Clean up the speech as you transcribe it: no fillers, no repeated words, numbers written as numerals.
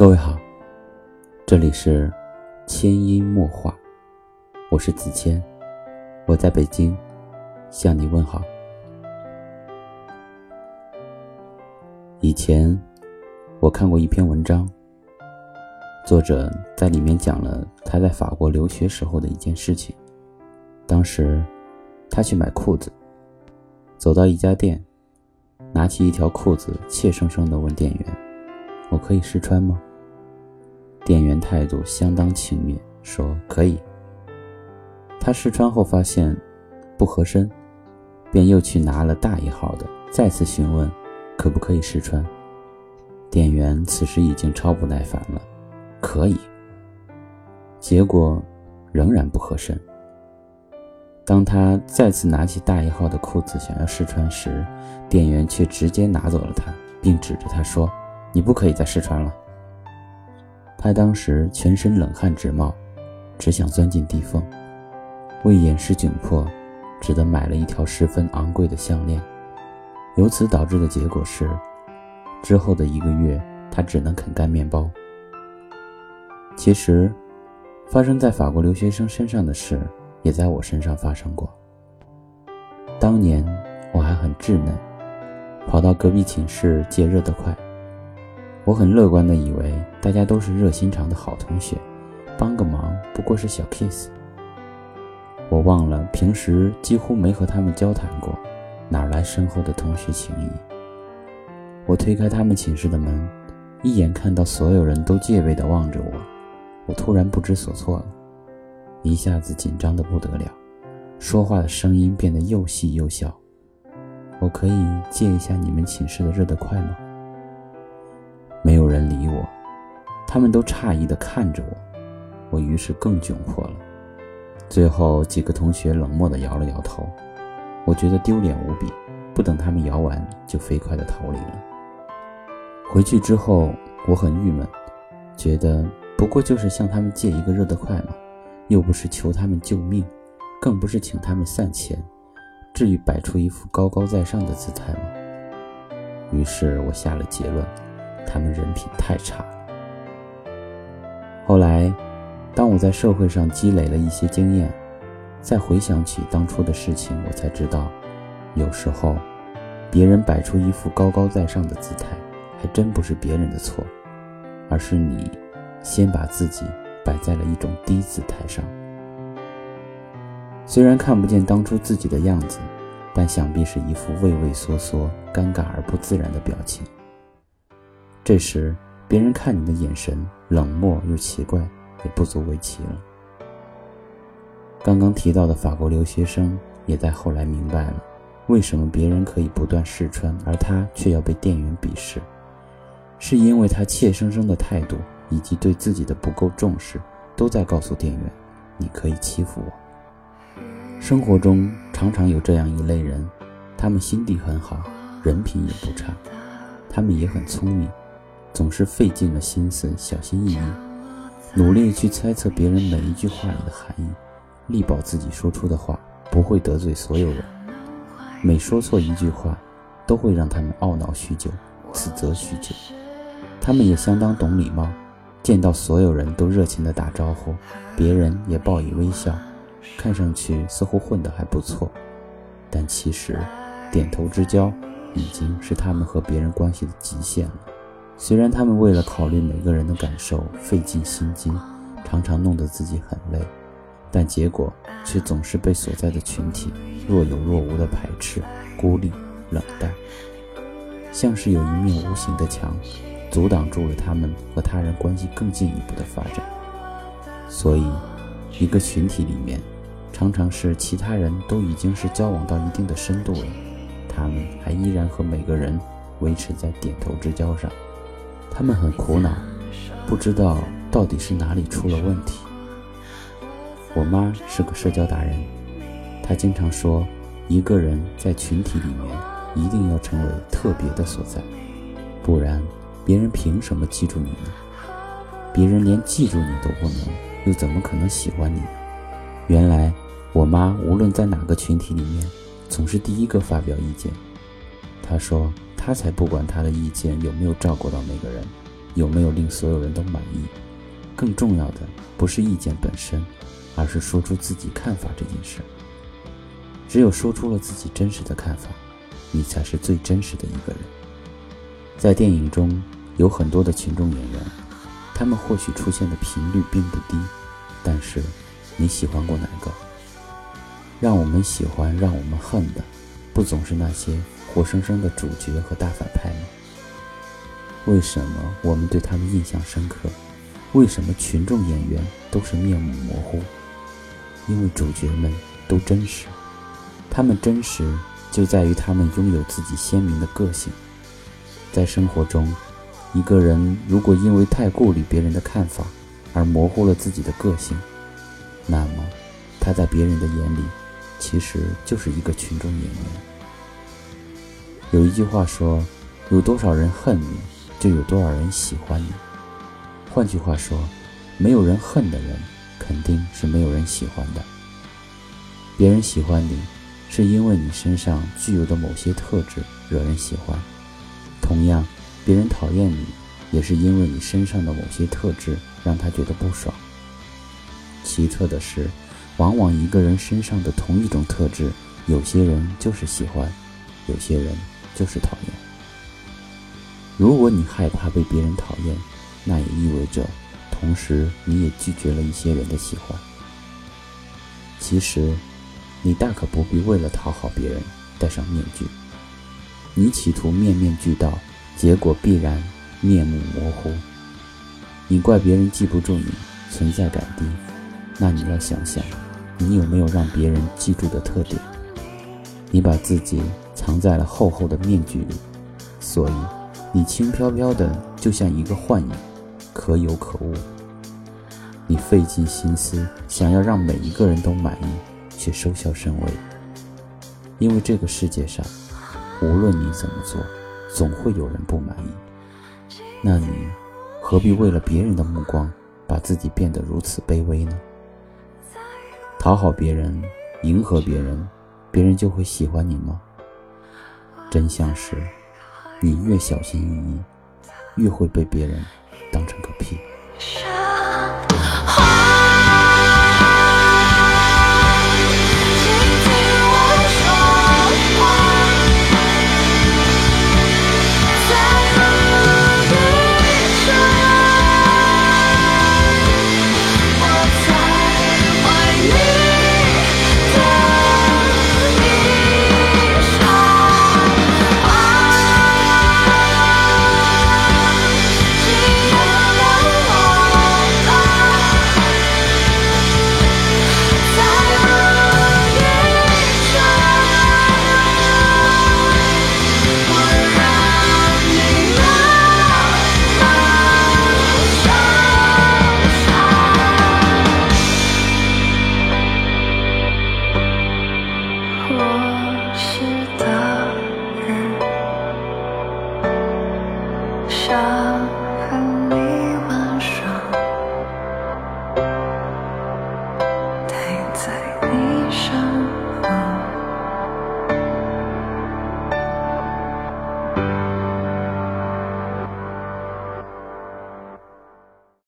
各位好，这里是千音默话，我是子谦，我在北京向你问好。以前我看过一篇文章，作者在里面讲了他在法国留学时候的一件事情。当时他去买裤子，走到一家店，拿起一条裤子，怯生生地问店员，我可以试穿吗？店员态度相当轻蔑，说可以。他试穿后发现不合身，便又去拿了大一号的，再次询问可不可以试穿。店员此时已经超不耐烦了，可以。结果仍然不合身。当他再次拿起大一号的裤子想要试穿时，店员却直接拿走了它，并指着他说，你不可以再试穿了。他当时全身冷汗直冒，只想钻进地缝，为掩饰窘迫，只得买了一条十分昂贵的项链。由此导致的结果是，之后的1个月他只能啃干面包。其实发生在法国留学生身上的事也在我身上发生过。当年我还很稚嫩，跑到隔壁寝室借热得快。我很乐观地以为大家都是热心肠的好同学，帮个忙不过是小 case。 我忘了平时几乎没和他们交谈过，哪来深厚的同学情谊。我推开他们寝室的门，一眼看到所有人都戒备地望着我，我突然不知所措了，一下子紧张得不得了，说话的声音变得又细又小。我可以借一下你们寝室的热得快吗？没有人理我，他们都诧异地看着我，我于是更窘迫了。最后几个同学冷漠地摇了摇头，我觉得丢脸无比，不等他们摇完就飞快地逃离了。回去之后我很郁闷，觉得不过就是向他们借一个热得快嘛，又不是求他们救命，更不是请他们散钱，至于摆出一副高高在上的姿态吗？于是我下了结论，他们人品太差了。后来当我在社会上积累了一些经验，再回想起当初的事情，我才知道有时候别人摆出一副高高在上的姿态，还真不是别人的错，而是你先把自己摆在了一种低姿态上。虽然看不见当初自己的样子，但想必是一副畏畏缩缩、尴尬而不自然的表情。这时别人看你的眼神冷漠又奇怪，也不足为奇了。刚刚提到的法国留学生也在后来明白了，为什么别人可以不断试穿，而他却要被店员鄙视，是因为他怯生生的态度以及对自己的不够重视，都在告诉店员，你可以欺负我。生活中常常有这样一类人，他们心地很好，人品也不差，他们也很聪明，总是费尽了心思，小心翼翼，努力去猜测别人每一句话里的含义，力保自己说出的话不会得罪所有人。每说错一句话，都会让他们懊恼许久，自责许久。他们也相当懂礼貌，见到所有人都热情地打招呼，别人也报以微笑，看上去似乎混得还不错。但其实点头之交已经是他们和别人关系的极限了。虽然他们为了考虑每个人的感受费尽心机，常常弄得自己很累，但结果却总是被所在的群体若有若无的排斥、孤立、冷淡，像是有一面无形的墙，阻挡住了他们和他人关系更进一步的发展。所以一个群体里面，常常是其他人都已经是交往到一定的深度了，他们还依然和每个人维持在点头之交上。他们很苦恼，不知道到底是哪里出了问题。我妈是个社交达人，她经常说，一个人在群体里面一定要成为特别的所在，不然别人凭什么记住你呢？别人连记住你都不能，又怎么可能喜欢你呢？原来我妈无论在哪个群体里面，总是第一个发表意见。她说她才不管她的意见有没有照顾到每个人， 有没有令所有人都满意，更重要的不是意见本身，而是说出自己看法这件事。只有说出了自己真实的看法，你才是最真实的一个人。在电影中有很多的群众演员，他们或许出现的频率并不低，但是你喜欢过哪个？让我们喜欢让我们恨的，不总是那些活生生的主角和大反派吗？为什么我们对他们印象深刻？为什么群众演员都是面目模糊？因为主角们都真实，他们真实就在于他们拥有自己鲜明的个性。在生活中，一个人如果因为太顾虑别人的看法而模糊了自己的个性，那么他在别人的眼里其实就是一个群众演员。有一句话说，有多少人恨你，就有多少人喜欢你。换句话说，没有人恨的人，肯定是没有人喜欢的。别人喜欢你，是因为你身上具有的某些特质惹人喜欢。同样，别人讨厌你，也是因为你身上的某些特质让他觉得不爽。奇特的是，往往一个人身上的同一种特质，有些人就是喜欢，有些人就是讨厌。如果你害怕被别人讨厌，那也意味着同时你也拒绝了一些人的喜欢。其实你大可不必为了讨好别人戴上面具，你企图面面俱到，结果必然面目模糊。你怪别人记不住你，存在感低，那你要想想，你有没有让别人记住的特点？你把自己藏在了厚厚的面具里，所以你轻飘飘的就像一个幻影，可有可无。你费尽心思想要让每一个人都满意，却收效甚微。因为这个世界上，无论你怎么做，总会有人不满意。那你何必为了别人的目光，把自己变得如此卑微呢？讨好别人，迎合别人，别人就会喜欢你吗？真相是，你越小心翼翼，越会被别人当成个屁。